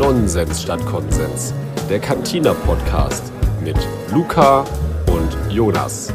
Nonsens statt Konsens. Der Cantina-Podcast mit Luca und Jonas.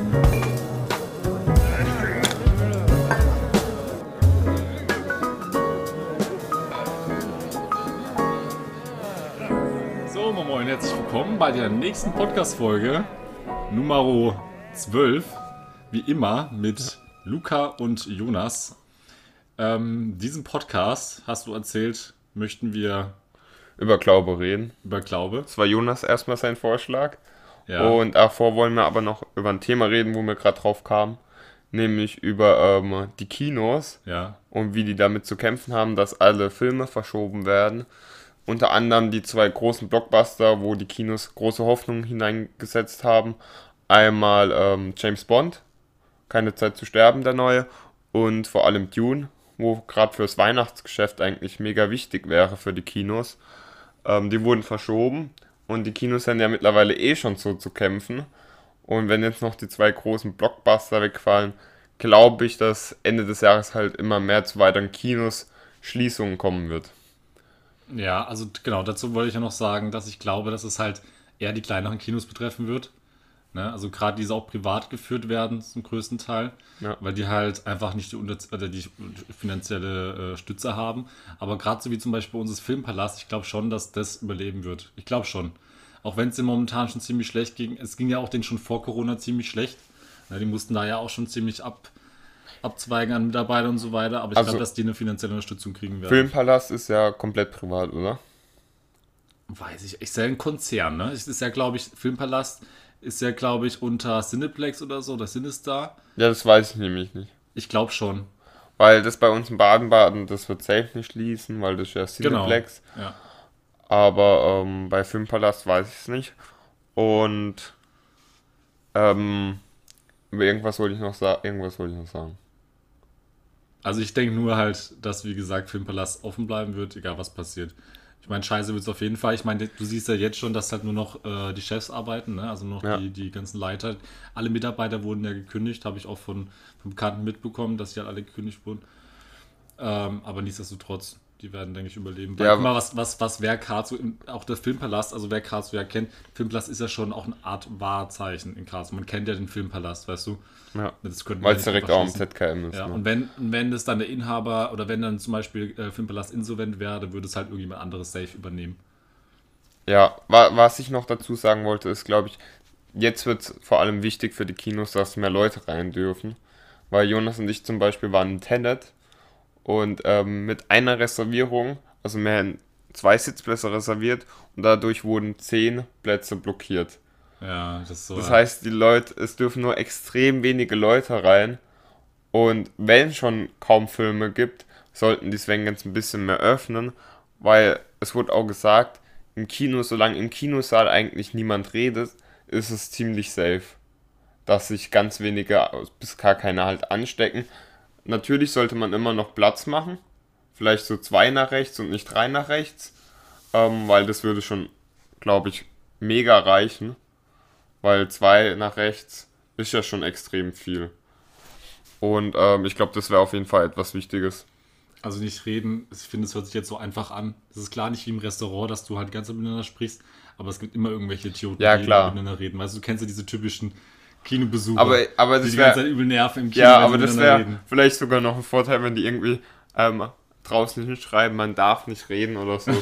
So, moin, herzlich willkommen bei der nächsten Podcast-Folge, Nummer 12, wie immer mit Luca und Jonas. Diesen Podcast, hast du erzählt, möchten wir über Glaube reden. über Glaube. Das war Jonas erstmal sein Vorschlag. Ja. Und davor wollen wir aber noch über ein Thema reden, wo wir gerade drauf kamen. Nämlich über die Kinos Ja. und wie die damit zu kämpfen haben, dass alle Filme verschoben werden. Unter anderem die zwei großen Blockbuster, wo die Kinos große Hoffnungen hineingesetzt haben. Einmal James Bond, Keine Zeit zu sterben, der neue. Und vor allem Dune, wo gerade fürs Weihnachtsgeschäft eigentlich mega wichtig wäre für die Kinos. Die wurden verschoben und die Kinos haben ja mittlerweile schon so zu kämpfen. Und wenn jetzt noch die zwei großen Blockbuster wegfallen, glaube ich, dass Ende des Jahres halt immer mehr zu weiteren Kinos Schließungen kommen wird. Ja, also genau, dazu wollte ich ja noch sagen, dass ich glaube, dass es halt eher die kleineren Kinos betreffen wird. Ne? Also gerade diese auch privat geführt werden zum größten Teil, Ja. weil die halt einfach nicht die finanzielle Stütze haben. Aber gerade so wie zum Beispiel unser Filmpalast, ich glaube schon, dass das überleben wird. Ich glaube schon. Auch wenn es denen momentan schon ziemlich schlecht ging. Es ging ja auch denen schon vor Corona ziemlich schlecht. Ne? Die mussten da ja auch schon ziemlich abzweigen an Mitarbeitern und so weiter. Aber ich Also- glaube, dass die eine finanzielle Unterstützung kriegen werden. Filmpalast ist ja komplett privat, oder? Weiß ich. Ist ja ein Konzern, ne? Es ist ja, glaube ich, Filmpalast ist ja, glaube ich, unter Cineplex oder so, oder Cinestar. Ja, das weiß ich nämlich nicht. Ich glaube schon. Weil das bei uns in Baden-Baden, das wird safe nicht schließen, weil das ist ja Cineplex. Ja. Aber bei Filmpalast weiß ich es nicht. Und über irgendwas wollte ich noch sagen. Also ich denke nur halt, dass, wie gesagt, Filmpalast offen bleiben wird, egal was passiert. Ich meine, scheiße wird es auf jeden Fall. Ich meine, du siehst ja jetzt schon, dass halt nur noch die Chefs arbeiten, ne? Also noch Ja. die ganzen Leiter. Alle Mitarbeiter wurden ja gekündigt, habe ich auch von Bekannten mitbekommen, dass sie halt alle gekündigt wurden. Aber nichtsdestotrotz, die werden, denke ich, überleben. Weil, Ja, guck mal, was wer Karlsruhe, auch der Filmpalast, also wer Karlsruhe ja kennt, Filmpalast ist ja schon auch eine Art Wahrzeichen in Karlsruhe. Man kennt ja den Filmpalast, weißt du? Ja. Das könnten wir Weil es nicht direkt einfach auch am schließen. ZKM ist. Ja, Ne? und wenn das dann der Inhaber oder wenn dann zum Beispiel Filmpalast insolvent wäre, dann würde es halt irgendjemand anderes safe übernehmen. Ja, was ich noch dazu sagen wollte, ist, glaube ich, jetzt wird es vor allem wichtig für die Kinos, dass mehr Leute rein dürfen. Weil Jonas und ich zum Beispiel waren in Tenet und mit einer Reservierung, also wir haben 2 Sitzplätze reserviert und dadurch wurden 10 Plätze blockiert. Ja, das ist so. Das heißt, es dürfen nur extrem wenige Leute rein und wenn schon kaum Filme gibt, sollten die Sven jetzt ein bisschen mehr öffnen, weil es wurde auch gesagt, im Kino, solange im Kinosaal eigentlich niemand redet, ist es ziemlich safe, dass sich ganz wenige bis gar keine halt anstecken. Natürlich sollte man immer noch Platz machen, vielleicht so 2 nach rechts und nicht 3 nach rechts, weil das würde schon, glaube ich, mega reichen. Weil 2 nach rechts ist ja schon extrem viel. Und ich glaube, das wäre auf jeden Fall etwas Wichtiges. Also nicht reden, ich finde, es hört sich jetzt so einfach an. Es ist klar nicht wie im Restaurant, dass du halt ganz miteinander sprichst, aber es gibt immer irgendwelche Idioten, Ja, die klar. miteinander reden. Weißt du, du kennst ja diese typischen Kinobesucher, Aber die das die ganze wäre Zeit übel nerven im Kino, ja, wenn aber sie das miteinander wäre reden. vielleicht sogar noch ein Vorteil, wenn die irgendwie draußen hinschreiben, man darf nicht reden oder so.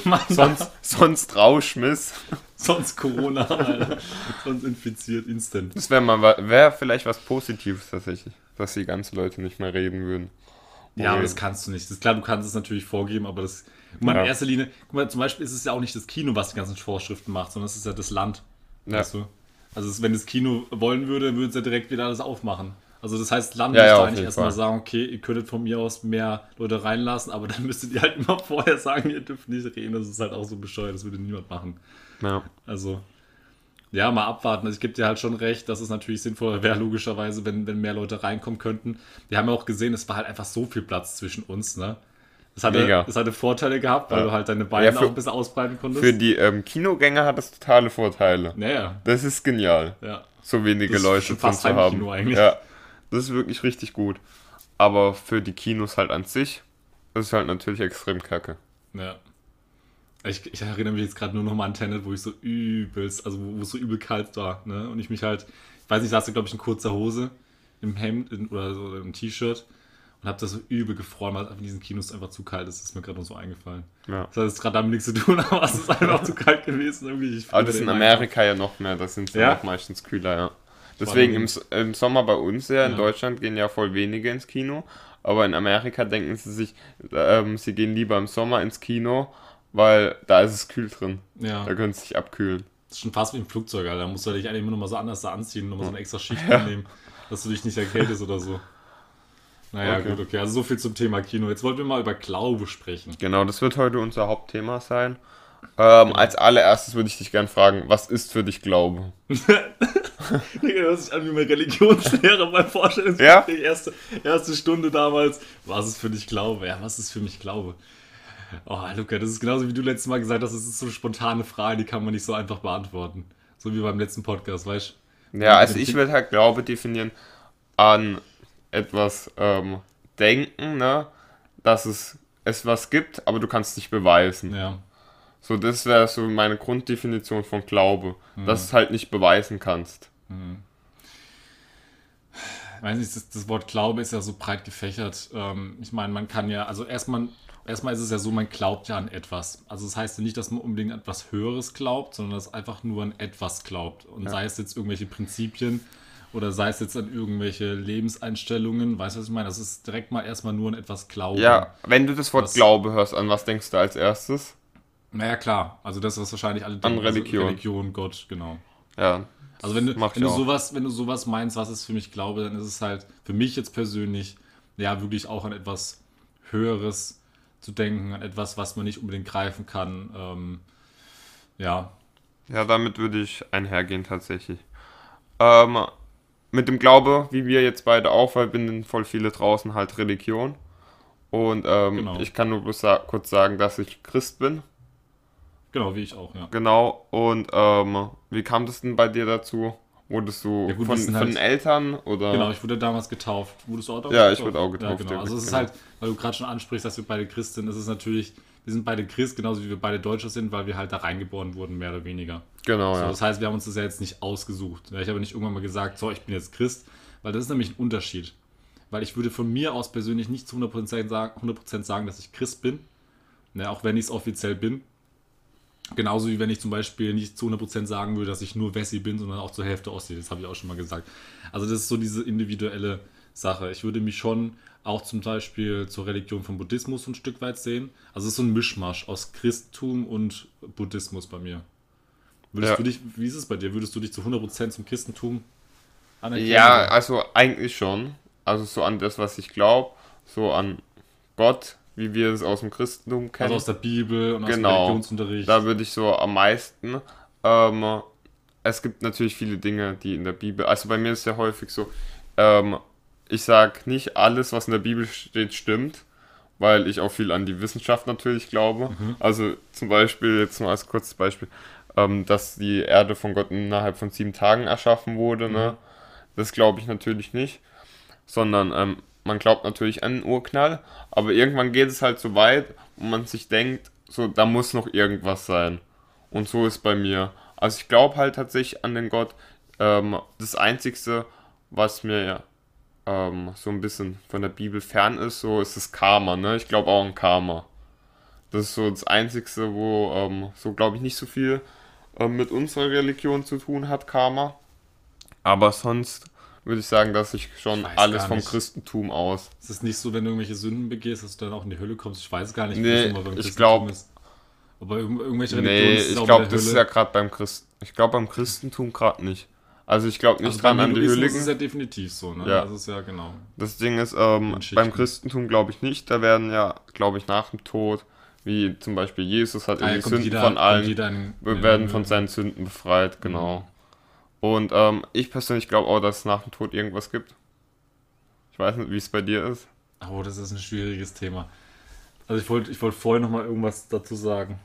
sonst Rauschmiss. Sonst Corona, Alter. Sonst infiziert, instant. Das wäre vielleicht was Positives tatsächlich, dass die ganzen Leute nicht mehr reden würden. Ja, aber das kannst du nicht. Das ist klar, du kannst es natürlich vorgeben, aber das. Guck mal, Ja. in erster Linie, guck mal, zum Beispiel ist es ja auch nicht das Kino, was die ganzen Vorschriften macht, sondern es ist ja das Land. Ja. Weißt du? Also wenn das Kino wollen würde, würde es ja direkt wieder alles aufmachen. Also das heißt, das Land Ja, müsste ja, auf eigentlich jeden erstmal Fall. sagen, okay, ihr könntet von mir aus mehr Leute reinlassen, aber dann müsstet ihr halt immer vorher sagen, ihr dürft nicht reden. Das ist halt auch so bescheuert, das würde niemand machen. Ja. Also, ja, mal abwarten. Also ich gebe dir halt schon recht, dass es natürlich sinnvoller wäre, logischerweise, wenn mehr Leute reinkommen könnten. Wir haben ja auch gesehen, es war halt einfach so viel Platz zwischen uns, ne? Es hatte Vorteile gehabt, weil Ja. du halt deine Beine Ja, auch ein bisschen ausbreiten konntest. Für die Kinogänger hat das totale Vorteile. Naja, Das ist genial. ja. So wenige Das ist Leute schon drin fast zu haben. Heimkino eigentlich. Ja, das ist wirklich richtig gut. Aber für die Kinos halt an sich ist es halt natürlich extrem kacke. Ja. Ich erinnere mich jetzt gerade nur noch mal an Tenet, wo ich so übelst, also wo es so übel kalt war, ne? Und ich mich halt, ich weiß nicht, saß da glaube ich in kurzer Hose, im Hemd oder so, oder im T-Shirt und hab das so übel gefroren, weil es einfach in diesen Kinos einfach zu kalt ist. Das ist mir gerade noch so eingefallen. Ja. Das hat jetzt gerade damit nichts zu tun, aber es ist einfach zu kalt gewesen. Irgendwie. Aber das ist in Amerika ja noch mehr, das sind Ja? noch meistens kühler, ja. Deswegen im Sommer bei uns ja, in Ja. Deutschland gehen ja voll wenige ins Kino, aber in Amerika denken sie sich, sie gehen lieber im Sommer ins Kino, weil da ist es kühl drin. Ja. Da können sie sich abkühlen. Das ist schon fast wie im Flugzeug, Alter. Da musst du dich eigentlich immer noch mal so anders da anziehen, nochmal so eine extra Schicht nehmen, dass du dich nicht erkältest oder so. Naja, Okay. gut, okay. Also so viel zum Thema Kino. Jetzt wollten wir mal über Glaube sprechen. Genau, das wird heute unser Hauptthema sein. Als allererstes würde ich dich gerne fragen, was ist für dich Glaube? Digga, das hört sich an wie meine Religionslehre beim Vorstellungsgespräch. Erste Stunde damals. Was ist für dich Glaube? Ja, was ist für mich Glaube? Oh, Luca, das ist genauso wie du letztes Mal gesagt hast, das ist so eine spontane Frage, die kann man nicht so einfach beantworten. So wie beim letzten Podcast, weißt du? Ja, also ich würde halt Glaube definieren an etwas denken, ne? Dass es was gibt, aber du kannst es nicht beweisen. Ja. So, das wäre so meine Grunddefinition von Glaube, dass du es halt nicht beweisen kannst. Ich weiß nicht, das Wort Glaube ist ja so breit gefächert. Ich meine, man kann ja, also erstmal ist es ja so, man glaubt ja an etwas. Also das heißt ja nicht, dass man unbedingt an etwas Höheres glaubt, sondern dass einfach nur an etwas glaubt. Und sei es jetzt irgendwelche Prinzipien oder sei es jetzt an irgendwelche Lebenseinstellungen, weißt du, was ich meine? Das ist direkt mal erstmal nur an etwas glauben. Ja, wenn du das Wort Glaube hörst, an was denkst du als erstes? Naja, klar. Also das, was wahrscheinlich alle An denken. Religion. Also Religion, Gott, genau. Ja. Also wenn du mach ich auch. sowas meinst, was ist für mich Glaube, dann ist es halt für mich jetzt persönlich, ja, wirklich auch an etwas Höheres zu denken, an etwas, was man nicht unbedingt greifen kann. Ja. Ja, damit würde ich einhergehen tatsächlich. Mit dem Glaube, wie wir jetzt beide auch, verbinden voll viele draußen halt Religion. Und Genau. ich kann nur bloß kurz sagen, dass ich Christ bin. Genau, wie ich auch, ja. Genau. Und wie kam das denn bei dir dazu? Wurdest du Ja, gut, von wir sind halt- den Eltern oder? Genau, ich wurde damals getauft. Wurdest du auch damals Ja, getauft? ich wurde auch getauft, Ja, genau. ja, Also es ist genau. halt, weil du gerade schon ansprichst, dass wir beide Christ sind, ist es natürlich, wir sind beide Christ, genauso wie wir beide Deutsche sind, weil wir halt da reingeboren wurden, mehr oder weniger. Genau, So, ja. das heißt, wir haben uns das ja jetzt nicht ausgesucht. Ja, ich habe nicht irgendwann mal gesagt, so, ich bin jetzt Christ, weil das ist nämlich ein Unterschied. Weil ich würde von mir aus persönlich nicht zu 100% sagen, dass ich Christ bin, ne, auch wenn ich es offiziell bin. Genauso wie wenn ich zum Beispiel nicht zu 100% sagen würde, dass ich nur Wessi bin, sondern auch zur Hälfte Ossi. Das habe ich auch schon mal gesagt. Also das ist so diese individuelle Sache. Ich würde mich schon auch zum Beispiel zur Religion vom Buddhismus ein Stück weit sehen. Also es ist so ein Mischmasch aus Christentum und Buddhismus bei mir. Ja. Wie ist es bei dir? Würdest du dich zu 100% zum Christentum anerkennen? Ja, oder? also eigentlich schon. Also so an das, was ich glaube, so an Gott, wie wir es aus dem Christentum kennen. Also aus der Bibel und aus dem Genau. Religionsunterricht. Da würde ich so am meisten. Es gibt natürlich viele Dinge, die in der Bibel. Also bei mir ist ja häufig so, ich sage nicht alles, was in der Bibel steht, stimmt, weil ich auch viel an die Wissenschaft natürlich glaube. Also zum Beispiel, jetzt mal als kurzes Beispiel, dass die Erde von Gott innerhalb von 7 Tagen erschaffen wurde. Ne? Das glaube ich natürlich nicht, sondern man glaubt natürlich an den Urknall, aber irgendwann geht es halt so weit, wo man sich denkt, so, da muss noch irgendwas sein. Und so ist bei mir. Also ich glaube halt tatsächlich an den Gott. Das Einzigste, was mir so ein bisschen von der Bibel fern ist, so ist das Karma. Ne? Ich glaube auch an Karma. Das ist so das Einzigste, wo so glaube ich nicht so viel mit unserer Religion zu tun hat, Karma. Aber sonst würde ich sagen, dass ich schon Ich weiß alles gar vom nicht. Christentum aus. Es ist nicht so, wenn du irgendwelche Sünden begehst, dass du dann auch in die Hölle kommst. Ich weiß gar nicht, Nee, das immer beim ich Christentum glaub- ist. Aber irgendwelche Religionen Nee, ist es ich auch glaube, in der das ist Hölle. ja gerade beim beim Christentum gerade nicht. Also ich glaube nicht Also dran beim an die Hinduismus ist es ja Heiligen. definitiv so, ne? Ja. Das ist ja genau. Das Ding ist, Schichten. beim Christentum glaube ich nicht. Da werden ja, glaube ich, nach dem Tod, wie zum Beispiel Jesus hat die Sünden von allen, wir werden von seinen Sünden befreit, genau. Und ich persönlich glaube auch, dass es nach dem Tod irgendwas gibt. Ich weiß nicht, wie es bei dir ist. Oh, das ist ein schwieriges Thema. Also ich wollte vorher noch mal irgendwas dazu sagen.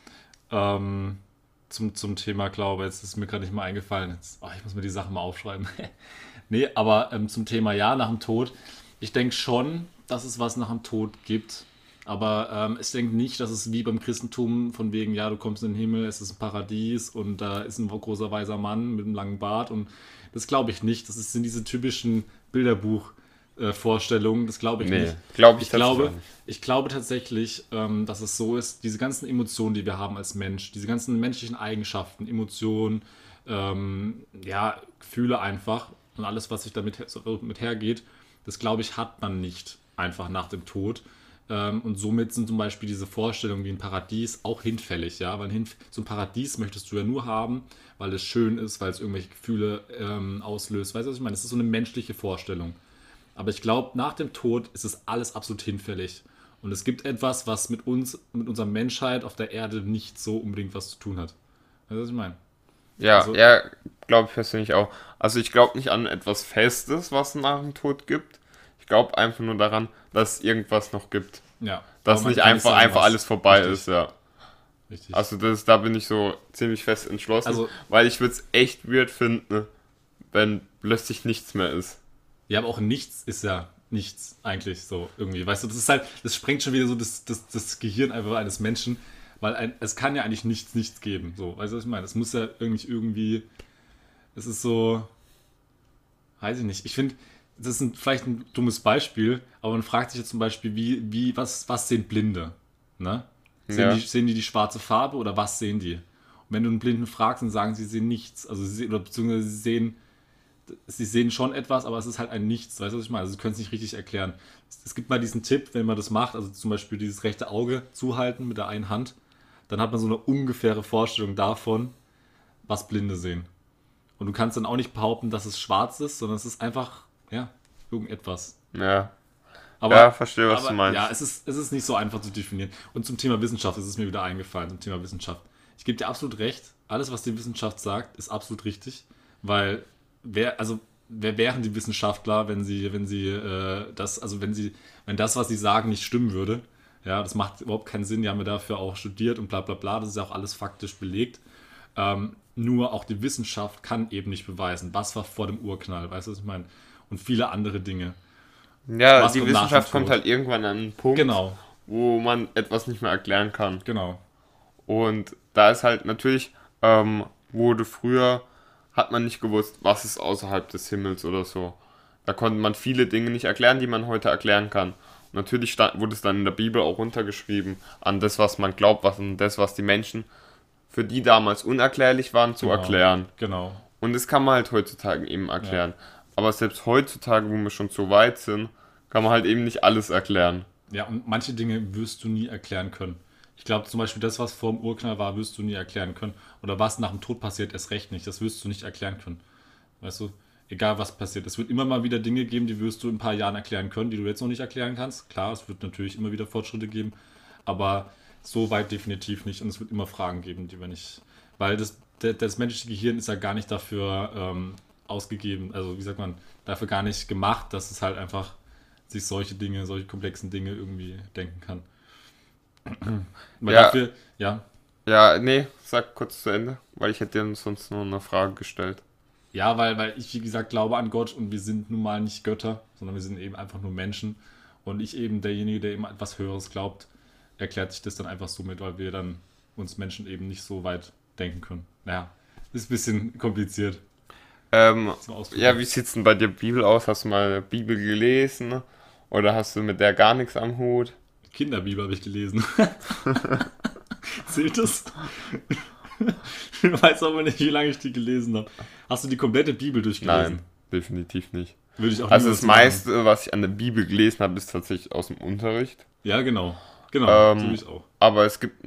Zum Thema Glaube. Jetzt ist mir gerade nicht mal eingefallen. Ich muss mir die Sachen mal aufschreiben. Nee, aber zum Thema ja, nach dem Tod. Ich denke schon, dass es was nach dem Tod gibt. Aber ich denke nicht, dass es wie beim Christentum von wegen, ja, du kommst in den Himmel, es ist ein Paradies und da ist ein großer weißer Mann mit einem langen Bart und das glaube ich nicht. Sind diese typischen Bilderbuch-Vorstellungen, das glaube ich nicht. Ich glaube tatsächlich, dass es so ist, diese ganzen Emotionen, die wir haben als Mensch, diese ganzen menschlichen Eigenschaften, Emotionen, Gefühle einfach und alles, was sich damit mit hergeht, das glaube ich, hat man nicht einfach nach dem Tod. Und somit sind zum Beispiel diese Vorstellungen wie ein Paradies auch hinfällig, ja, weil so ein Paradies möchtest du ja nur haben, weil es schön ist, weil es irgendwelche Gefühle auslöst, weißt du, was ich meine? Das ist so eine menschliche Vorstellung. Aber ich glaube, nach dem Tod ist es alles absolut hinfällig. Und es gibt etwas, was mit uns, mit unserer Menschheit auf der Erde nicht so unbedingt was zu tun hat. Weißt du, was ich meine? Ja, Also, ja, glaube ich persönlich auch. Also ich glaube nicht an etwas Festes, was es nach dem Tod gibt. Ich glaube einfach nur daran, dass es irgendwas noch gibt. ja. Dass Aber man nicht kann einfach, sagen, einfach was. alles vorbei Richtig, ist, ja. Richtig. Also da bin ich so ziemlich fest entschlossen, Also- weil ich würde es echt weird finden, wenn plötzlich nichts mehr ist. Ja, aber auch nichts ist ja nichts eigentlich so irgendwie. Weißt du, das ist halt, das sprengt schon wieder so das Gehirn einfach eines Menschen, weil es kann ja eigentlich nichts geben. So, weißt du, was ich meine? Es muss ja irgendwie, es ist so, weiß ich nicht. Ich finde, das ist vielleicht ein dummes Beispiel, aber man fragt sich jetzt zum Beispiel, was sehen Blinde? Ne? Ja. Sehen die schwarze Farbe oder was sehen die? Und wenn du einen Blinden fragst, dann sagen sie sehen nichts. Also beziehungsweise sie sehen schon etwas, aber es ist halt ein Nichts. Weißt du, was ich meine? Also sie können es nicht richtig erklären. Es gibt mal diesen Tipp, wenn man das macht, also zum Beispiel dieses rechte Auge zuhalten mit der einen Hand, dann hat man so eine ungefähre Vorstellung davon, was Blinde sehen. Und du kannst dann auch nicht behaupten, dass es schwarz ist, sondern es ist einfach, ja, irgendetwas. Ja, Aber, ja, verstehe, was du meinst. Ja, es ist nicht so einfach zu definieren. Und zum Thema Wissenschaft ist es mir wieder eingefallen, zum Thema Wissenschaft. Ich gebe dir absolut recht, alles, was die Wissenschaft sagt, ist absolut richtig, weil wer wären die Wissenschaftler, wenn das, was sie sagen, nicht stimmen würde? Ja, das macht überhaupt keinen Sinn. Die haben ja dafür auch studiert und bla bla bla. Das ist ja auch alles faktisch belegt. Nur auch die Wissenschaft kann eben nicht beweisen, was war vor dem Urknall, weißt du, was ich meine? Und viele andere Dinge. Ja, Was die kommt nach Wissenschaft dem kommt Tod? halt irgendwann an einen Punkt, Genau, wo man etwas nicht mehr erklären kann. genau. Und da ist halt natürlich, hat man nicht gewusst, was ist außerhalb des Himmels oder so. Da konnte man viele Dinge nicht erklären, die man heute erklären kann. Und natürlich wurde es dann in der Bibel auch runtergeschrieben, an das, was man glaubt, was die Menschen, für die damals unerklärlich waren, zu Genau. erklären. Genau. Und das kann man halt heutzutage eben erklären. Aber selbst heutzutage, wo wir schon so weit sind, kann man halt eben nicht alles erklären. Ja, und manche Dinge wirst du nie erklären können. Ich glaube zum Beispiel, das, was vor dem Urknall war, wirst du nie erklären können. Oder was nach dem Tod passiert, erst recht nicht. Das wirst du nicht erklären können. Weißt du, egal was passiert. Es wird immer mal wieder Dinge geben, die wirst du in ein paar Jahren erklären können, die du jetzt noch nicht erklären kannst. Klar, es wird natürlich immer wieder Fortschritte geben, aber so weit definitiv nicht. Und es wird immer Fragen geben, die wir nicht... Weil das menschliche Gehirn ist ja gar nicht dafür ausgegeben, also wie sagt man, dafür gar nicht gemacht, dass es halt einfach sich solche komplexen Dinge irgendwie denken kann. Weil Ja. dafür, ja. Ja, nee, sag kurz zu Ende, weil ich hätte dir sonst nur eine Frage gestellt. Ja, weil ich, wie gesagt, glaube an Gott und wir sind nun mal nicht Götter, sondern wir sind eben einfach nur Menschen. Und ich eben derjenige, der eben etwas Höheres glaubt, erklärt sich das dann einfach so mit, weil wir dann uns Menschen eben nicht so weit denken können. Naja, ist ein bisschen kompliziert. zum Ausdruck. Ja, wie sieht's denn bei dir Bibel aus? Hast du mal Bibel gelesen? Oder hast du mit der gar nichts am Hut? Kinderbibel habe ich gelesen. Zählt das? Ich weiß aber nicht, wie lange ich die gelesen habe. Hast du die komplette Bibel durchgelesen? Nein, definitiv nicht. Würde ich auch Also niemals das machen. meiste, was ich an der Bibel gelesen habe, ist tatsächlich aus dem Unterricht. Ja, genau. Genau, tue ich auch. Aber es gibt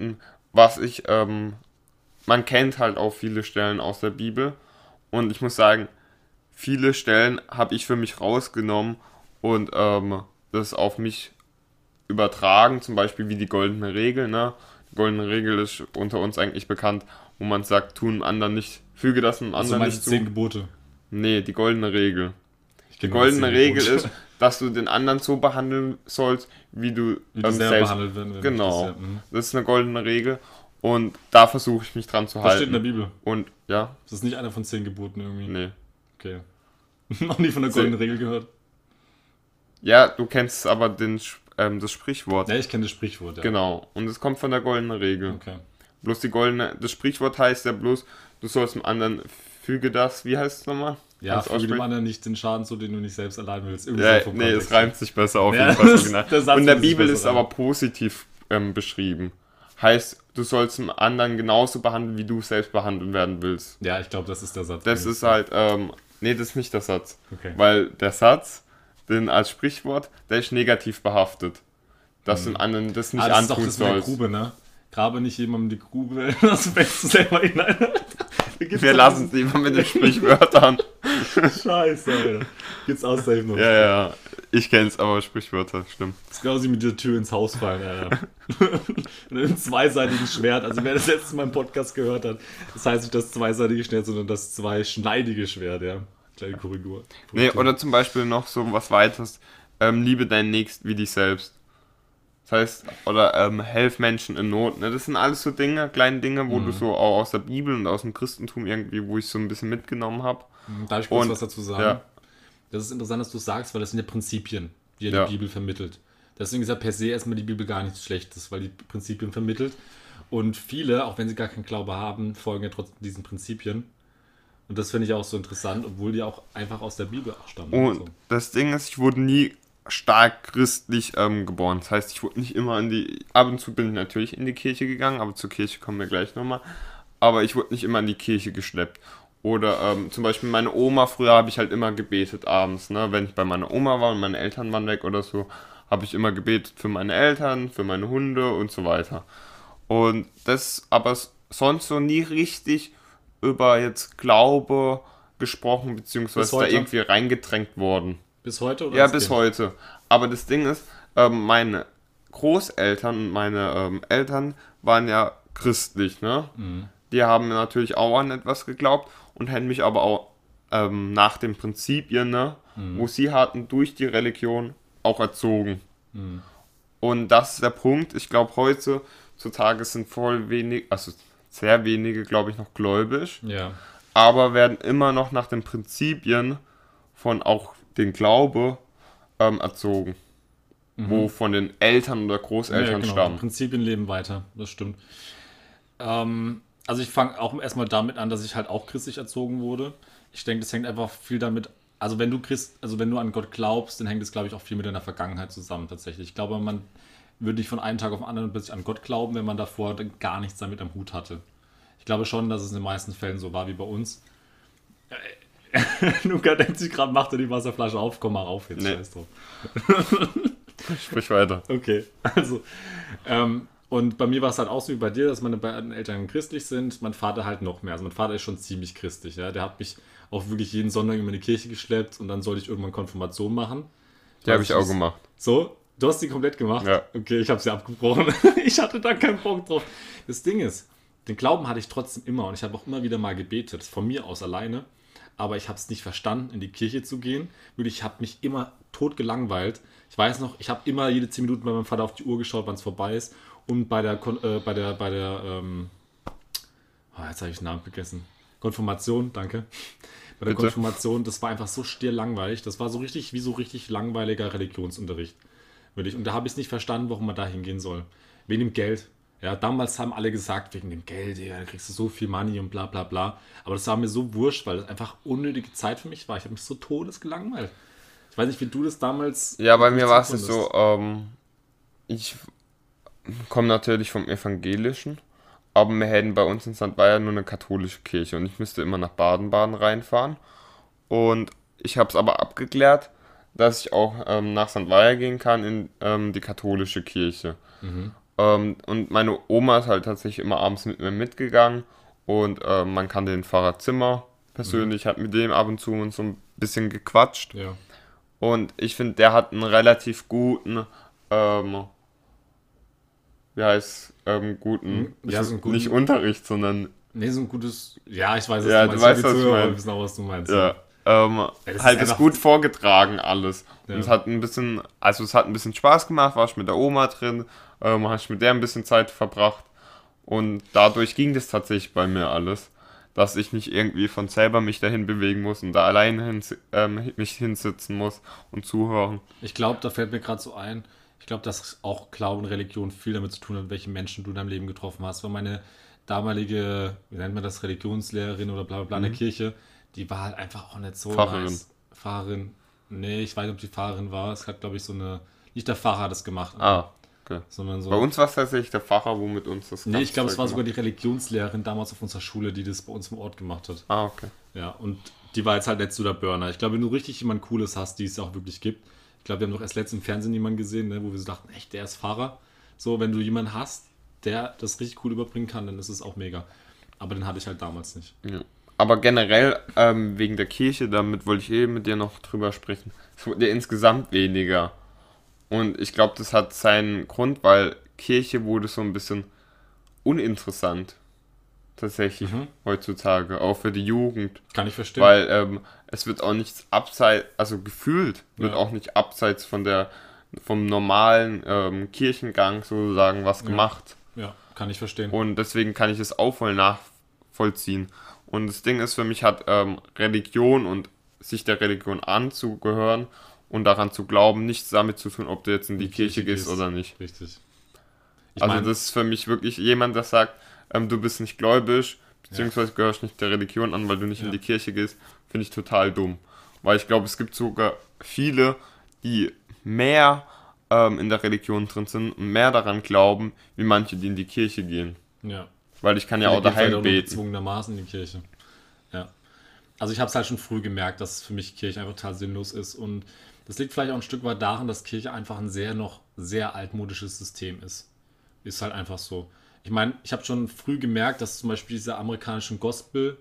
man kennt halt auch viele Stellen aus der Bibel. Und ich muss sagen, viele Stellen habe ich für mich rausgenommen und das auf mich übertragen. Zum Beispiel wie die goldene Regel. Ne? Die goldene Regel ist unter uns eigentlich bekannt, wo man sagt, tu einem anderen nicht, füge das einem Also anderen meinst nicht du zu. 10 Gebote? Nee, die goldene Regel. Ich Die kenn nur die goldene 10 Regel Gebote. ist, dass du den anderen so behandeln sollst, wie du, Wie du selber behandelt werden willst. Genau. Das, ja. Das ist eine goldene Regel und da versuche ich mich dran zu Das steht in der halten. Bibel. Und ja, Das ist nicht einer von 10 Geboten irgendwie. nee. Okay. Noch nie von der goldenen Regel gehört. Ja, du kennst aber das Sprichwort. Ja, ich kenne das Sprichwort, ja. Genau. Und es kommt von der goldenen Regel. Okay. Bloß das Sprichwort heißt ja bloß, du sollst dem anderen füge das, wie heißt es nochmal? Ja, Kannst du füge dem aussprechen? anderen nicht den Schaden zu, den du nicht selbst allein willst. Irgendwie Ja, so vom nee, Kontext. es reimt sich besser auf Ja, jeden Fall. das- So genau. der Satz Und in der fühlt sich Bibel besser ist an. aber positiv beschrieben. Heißt, du sollst den anderen genauso behandeln, wie du selbst behandelt werden willst. Ja, ich glaube, das ist der Satz. Das ist halt, nee, das ist nicht der Satz. Okay. Weil der Satz, den als Sprichwort, der ist negativ behaftet. Dass du den anderen das nicht das ist doch antun das mit der sollst. Grube, ne? Grabe nicht jemandem die Grube, das fällst du selber hinein. Wir lassen es lieber mit den Sprichwörtern. Scheiße, Alter. Gibt's aussafe noch. Ja, ja, ich kenn's, aber Sprichwörter, stimmt. Das ist genauso wie mit der Tür ins Haus fallen, Alter. Und einem zweiseitigen Schwert. Also wer das letzte Mal im Podcast gehört hat, das heißt nicht das zweiseitige Schwert, sondern das zweischneidige Schwert, ja. Kleine Korrektur. Nee, oder zum Beispiel noch so was weiteres. Liebe deinen Nächsten wie dich selbst. Das heißt, oder helf Menschen in Not. Ne? Das sind alles so Dinge, kleine Dinge, wo du so auch aus der Bibel und aus dem Christentum irgendwie, wo ich so ein bisschen mitgenommen habe. Darf ich kurz Und- was dazu sagen? Ja. Das ist interessant, dass du sagst, weil das sind ja Prinzipien, die ja Ja. die Bibel vermittelt. Deswegen ist ja per se erstmal die Bibel gar nichts Schlechtes, weil die Prinzipien vermittelt. Und viele, auch wenn sie gar keinen Glaube haben, folgen ja trotzdem diesen Prinzipien. Und das finde ich auch so interessant, obwohl die auch einfach aus der Bibel auch stammen. Und So. das Ding ist, ich wurde nie stark christlich geboren. Das heißt, ich wurde nicht immer ab und zu bin ich natürlich in die Kirche gegangen, aber zur Kirche kommen wir gleich nochmal. Aber ich wurde nicht immer in die Kirche geschleppt. Oder zum Beispiel meine Oma, früher habe ich halt immer gebetet abends, ne? Wenn ich bei meiner Oma war und meine Eltern waren weg oder so, habe ich immer gebetet für meine Eltern, für meine Hunde und so weiter. Und das aber sonst so nie richtig über jetzt Glaube gesprochen, Bis beziehungsweise da heute? irgendwie reingedrängt worden. Bis heute? Oder Ja, als bis Kind? heute. Aber das Ding ist, meine Großeltern und meine Eltern waren ja christlich, ne? Die haben natürlich auch an etwas geglaubt und hätten mich aber auch nach den Prinzipien, ne, wo sie hatten, durch die Religion auch erzogen. Und das ist der Punkt. Ich glaube, heutzutage sind voll wenig, also sehr wenige, glaube ich, noch gläubig, Ja. aber werden immer noch nach den Prinzipien von auch den Glaube erzogen, wo von den Eltern oder Großeltern Die stammen. Prinzipien leben weiter, das stimmt. Also ich fange auch erstmal damit an, dass ich halt auch christlich erzogen wurde. Ich denke, das hängt einfach viel damit, also wenn du an Gott glaubst, dann hängt es, glaube ich, auch viel mit deiner Vergangenheit zusammen tatsächlich. Ich glaube, man würde nicht von einem Tag auf den anderen plötzlich an Gott glauben, wenn man davor dann gar nichts damit am Hut hatte. Ich glaube schon, dass es in den meisten Fällen so war wie bei uns. Luca denkt sich gerade, macht er die Wasserflasche auf, komm mal rauf jetzt, Nee. scheiß drauf. Sprich weiter. Okay, also, und bei mir war es halt auch so wie bei dir, dass meine beiden Eltern christlich sind, mein Vater halt noch mehr. Also mein Vater ist schon ziemlich christlich, ja. Der hat mich auch wirklich jeden Sonntag immer in die Kirche geschleppt und dann sollte ich irgendwann Konfirmation machen. Die habe ich auch gemacht. So, du hast die komplett gemacht? Ja. Okay, ich habe sie abgebrochen. Ich hatte da keinen Bock drauf. Das Ding ist, den Glauben hatte ich trotzdem immer und ich habe auch immer wieder mal gebetet, von mir aus alleine. Aber ich habe es nicht verstanden, in die Kirche zu gehen. Wirklich, ich habe mich immer tot gelangweilt. Ich weiß noch, ich habe immer jede 10 Minuten bei meinem Vater auf die Uhr geschaut, wann es vorbei ist. Und jetzt habe ich den Namen vergessen. Konfirmation, danke. Bei der Bitte? Konfirmation, das war einfach so stirlangweilig. Das war so richtig, wie so richtig langweiliger Religionsunterricht. Wirklich. Und da habe ich es nicht verstanden, warum man da hingehen soll. Wegen dem Geld. Ja, damals haben alle gesagt, wegen dem Geld, ja, dann kriegst du so viel Money und bla bla bla. Aber das war mir so wurscht, weil das einfach unnötige Zeit für mich war. Ich habe mich so todesgelangweilt. Ich weiß nicht, wie du das damals... Ja, bei mir war es fandest. so, ich komme natürlich vom Evangelischen, aber wir hätten bei uns in St. Weiher nur eine katholische Kirche und ich müsste immer nach Baden-Baden reinfahren. Und ich habe es aber abgeklärt, dass ich auch nach St. Weiher gehen kann in die katholische Kirche. Und meine Oma ist halt tatsächlich immer abends mit mir mitgegangen und man kann den Pfarrer Zimmer persönlich, hat mit dem ab und zu und so ein bisschen gequatscht. Ja. Und ich finde, der hat einen relativ guten, guten, Ja, so einen guten- nicht Unterricht, sondern, Nee, so ein gutes... Ja, ich weiß, was Ja, du du meinst. weißt, Die was ich Zuhörer meine. wissen auch, was du meinst. ja, das ist halt ist einfach- gut vorgetragen alles. Ja. Und es hat ein bisschen Spaß gemacht, war ich mit der Oma drin, habe ich mit der ein bisschen Zeit verbracht. Und dadurch ging das tatsächlich bei mir alles, dass ich nicht irgendwie von selber mich dahin bewegen muss und da alleine mich hinsitzen muss und zuhören. Ich glaube, da fällt mir gerade so ein, Ich glaube, dass auch Glaube und Religion viel damit zu tun hat, welche Menschen du in deinem Leben getroffen hast. Weil meine damalige, wie nennt man das, Religionslehrerin oder bla bla bla in der Kirche, die war halt einfach auch nicht so Pfarrerin. nice. Pfarrerin. Nee, ich weiß nicht, ob die Pfarrerin war. Es hat, glaube ich, nicht der Pfarrer hat es gemacht, Okay. sondern so. Bei uns war es tatsächlich der Pfarrer, womit uns das Nee, ich glaube, es war sogar gemacht. die Religionslehrerin damals auf unserer Schule, die das bei uns im Ort gemacht hat. Okay. Ja, und die war jetzt halt nicht so der Burner. Ich glaube, wenn du richtig jemand Cooles hast, die es auch wirklich gibt. Ich glaube, wir haben doch erst letztens im Fernsehen jemanden gesehen, ne, wo wir so dachten, echt, der ist Fahrer. So, wenn du jemanden hast, der das richtig cool überbringen kann, dann ist es auch mega. Aber den hatte ich halt damals nicht. Ja. Aber generell wegen der Kirche, damit wollte ich mit dir noch drüber sprechen. Es wurde ja insgesamt weniger. Und ich glaube, das hat seinen Grund, weil Kirche wurde so ein bisschen uninteressant. Tatsächlich heutzutage, auch für die Jugend. Kann ich verstehen. Weil es wird auch nichts abseits, also gefühlt wird Ja. auch nicht abseits vom normalen Kirchengang sozusagen was gemacht. Ja, kann ich verstehen. Und deswegen kann ich es auch voll nachvollziehen. Und das Ding ist, für mich hat Religion und sich der Religion anzugehören und daran zu glauben, nichts damit zu tun, ob du jetzt in die Kirche gehst oder nicht. Richtig. Also das ist für mich wirklich jemand, der sagt, du bist nicht gläubig, beziehungsweise gehörst nicht der Religion an, weil du nicht in die Kirche gehst, finde ich total dumm. Weil ich glaube, es gibt sogar viele, die mehr in der Religion drin sind und mehr daran glauben, wie manche, die in die Kirche gehen. Ja. Weil ich kann ja auch Viele gehen vielleicht daheim auch nur beten. gezwungenermaßen in die Kirche. Ja. Also ich habe es halt schon früh gemerkt, dass für mich Kirche einfach total sinnlos ist. Und das liegt vielleicht auch ein Stück weit daran, dass Kirche einfach ein noch sehr altmodisches System ist. Ist halt einfach so. Ich meine, ich habe schon früh gemerkt, dass zum Beispiel dieser amerikanischen Gospel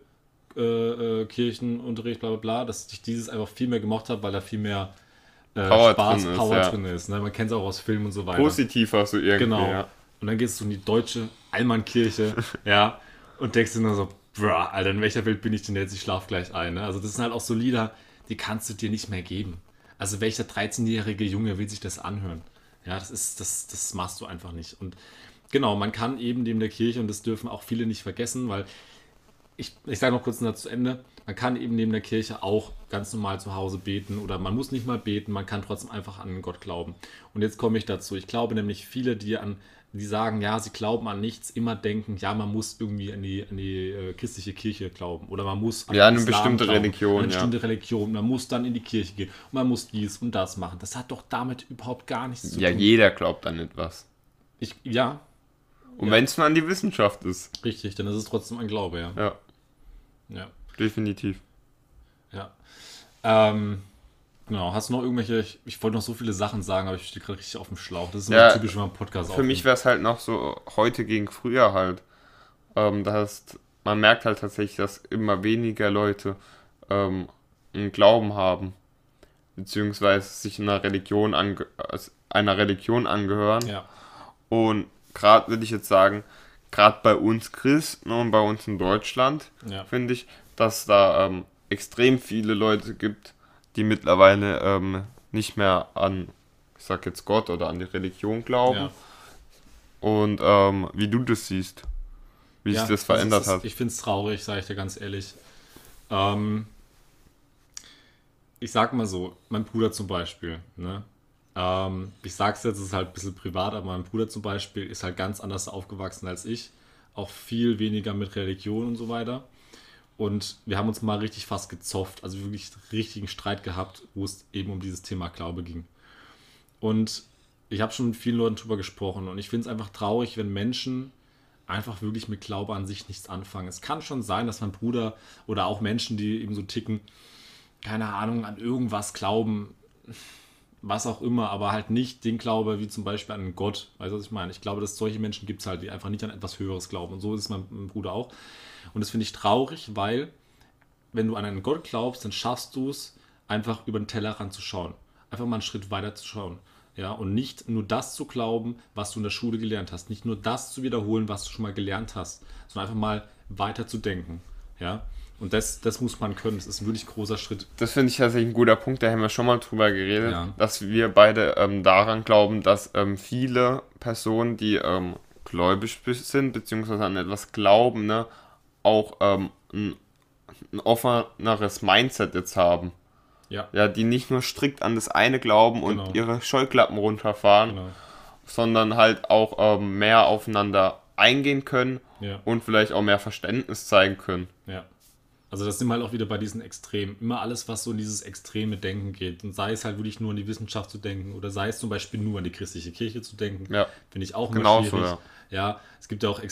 Kirchenunterricht, bla bla bla, dass ich dieses einfach viel mehr gemocht habe, weil da viel mehr Power Spaß, drin ist, Power ja. drin ist. Ne? Man kennt es auch aus Filmen und so weiter. Positiver so irgendwie. Genau. Ja. Und dann gehst du in die deutsche Allmannkirche, ja, und denkst dir nur so, bruh, Alter, in welcher Welt bin ich denn jetzt? Ich schlaf gleich ein. Ne? Also das sind halt auch so Lieder, die kannst du dir nicht mehr geben. Also welcher 13-jährige Junge will sich das anhören? Ja, das machst du einfach nicht. Und genau, man kann eben neben der Kirche, und das dürfen auch viele nicht vergessen, weil ich sage noch kurz zu Ende, man kann eben neben der Kirche auch ganz normal zu Hause beten oder man muss nicht mal beten, man kann trotzdem einfach an Gott glauben. Und jetzt komme ich dazu. Ich glaube nämlich viele, die sagen, ja, sie glauben an nichts, immer denken, ja, man muss irgendwie an die christliche Kirche glauben oder man muss an Ja, den eine Islam bestimmte glauben, Religion, an eine ja. bestimmte Religion, man muss dann in die Kirche gehen und man muss dies und das machen. Das hat doch damit überhaupt gar nichts zu Ja, tun. jeder glaubt an etwas. Ja, Und wenn es nur an die Wissenschaft ist. richtig, dann ist es trotzdem ein Glaube, ja. Ja, Ja. definitiv. Ja. Genau, hast du noch irgendwelche, ich wollte noch so viele Sachen sagen, aber ich stehe gerade richtig auf dem Schlauch. Das ist immer Ja, typisch, wenn man einen Podcast Für mich wäre es halt noch so heute gegen früher halt. Man merkt halt tatsächlich, dass immer weniger Leute einen Glauben haben, beziehungsweise sich einer Religion angehören. Ja, Und gerade würde ich jetzt sagen, gerade bei uns Christen und bei uns in Deutschland, ja. finde ich, dass da extrem viele Leute gibt, die mittlerweile nicht mehr an, ich sag jetzt Gott oder an die Religion glauben. Ja. Und wie du das siehst, wie sich das verändert hat. Ich finde es traurig, sage ich dir ganz ehrlich. Ich sag mal so, mein Bruder zum Beispiel, ne? Ich sag's jetzt, es ist halt ein bisschen privat, aber mein Bruder zum Beispiel ist halt ganz anders aufgewachsen als ich. Auch viel weniger mit Religion und so weiter. Und wir haben uns mal richtig fast gezofft, also wirklich richtigen Streit gehabt, wo es eben um dieses Thema Glaube ging. Und ich habe schon mit vielen Leuten drüber gesprochen und ich finde es einfach traurig, wenn Menschen einfach wirklich mit Glaube an sich nichts anfangen. Es kann schon sein, dass mein Bruder oder auch Menschen, die eben so ticken, keine Ahnung, an irgendwas glauben, was auch immer, aber halt nicht den Glaube wie zum Beispiel an einen Gott. Weißt du, was ich meine? Ich glaube, dass solche Menschen gibt es halt, die einfach nicht an etwas Höheres glauben. Und so ist es mein Bruder auch. Und das finde ich traurig, weil wenn du an einen Gott glaubst, dann schaffst du es, einfach über den Tellerrand zu schauen. Einfach mal einen Schritt weiter zu schauen. Ja, und nicht nur das zu glauben, was du in der Schule gelernt hast. Nicht nur das zu wiederholen, was du schon mal gelernt hast, sondern einfach mal weiter zu denken. Ja, und das muss man können. Das ist ein wirklich großer Schritt. Das finde ich tatsächlich ein guter Punkt, da haben wir schon mal drüber geredet, Ja. dass wir beide daran glauben, dass viele Personen, die gläubig sind, beziehungsweise an etwas glauben, ne, auch ein offeneres Mindset jetzt haben. Ja, die nicht nur strikt an das eine glauben und Genau. ihre Scheuklappen runterfahren, Genau. sondern halt auch mehr aufeinander eingehen können Ja. und vielleicht auch mehr Verständnis zeigen können. Ja. Also das sind wir halt auch wieder bei diesen Extremen. Immer alles, was so in dieses extreme Denken geht. Und sei es halt wirklich nur an die Wissenschaft zu denken oder sei es zum Beispiel nur an die christliche Kirche zu denken, Ja. finde ich auch immer Genauso, schwierig. ja. Ja, es gibt ja auch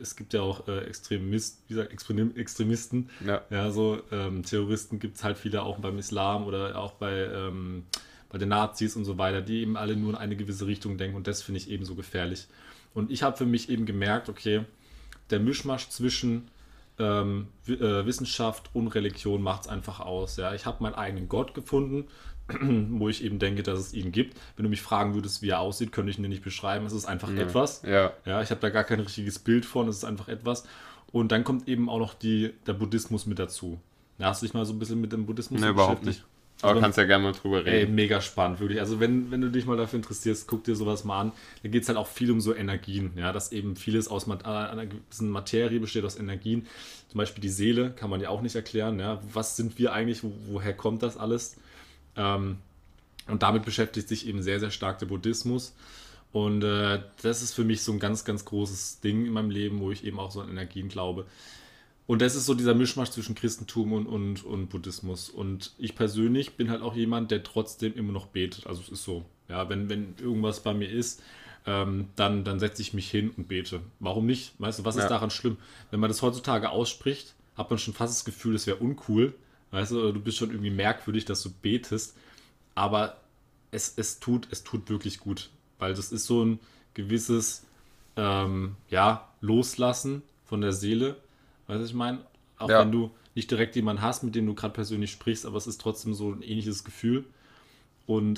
Extremisten. Ja. So Terroristen gibt es halt viele auch beim Islam oder auch bei den Nazis und so weiter, die eben alle nur in eine gewisse Richtung denken und das finde ich eben so gefährlich. Und ich habe für mich eben gemerkt, okay, der Mischmasch zwischen Wissenschaft und Religion macht es einfach aus. Ja? Ich habe meinen eigenen Gott gefunden, wo ich eben denke, dass es ihn gibt. Wenn du mich fragen würdest, wie er aussieht, könnte ich ihn dir nicht beschreiben. Es ist einfach etwas. Ja. Ja, ich habe da gar kein richtiges Bild von, es ist einfach etwas. Und dann kommt eben auch noch der Buddhismus mit dazu. Da hast du dich mal so ein bisschen mit dem Buddhismus Ne, überhaupt beschäftigt? nicht. Aber kannst ja gerne mal drüber Ey, reden. mega spannend, wirklich. Also wenn du dich mal dafür interessierst, guck dir sowas mal an. Da geht es halt auch viel um so Energien, ja, dass eben vieles aus einer gewissen Materie besteht, aus Energien. Zum Beispiel die Seele kann man ja auch nicht erklären, ja. Was sind wir eigentlich, woher kommt das alles? Und damit beschäftigt sich eben sehr, sehr stark der Buddhismus. Und das ist für mich so ein ganz, ganz großes Ding in meinem Leben, wo ich eben auch so an Energien glaube. Und das ist so dieser Mischmasch zwischen Christentum und Buddhismus. Und ich persönlich bin halt auch jemand, der trotzdem immer noch betet. Also es ist so, ja, wenn irgendwas bei mir ist, dann setze ich mich hin und bete. Warum nicht? Weißt du, was ist daran schlimm? Wenn man das heutzutage ausspricht, hat man schon fast das Gefühl, es wäre uncool. Weißt du, oder du bist schon irgendwie merkwürdig, dass du betest. Aber es tut wirklich gut. Weil das ist so ein gewisses Loslassen von der Seele. Weißt du, was ich meine? Auch wenn du nicht direkt jemanden hast, mit dem du gerade persönlich sprichst, aber es ist trotzdem so ein ähnliches Gefühl. Und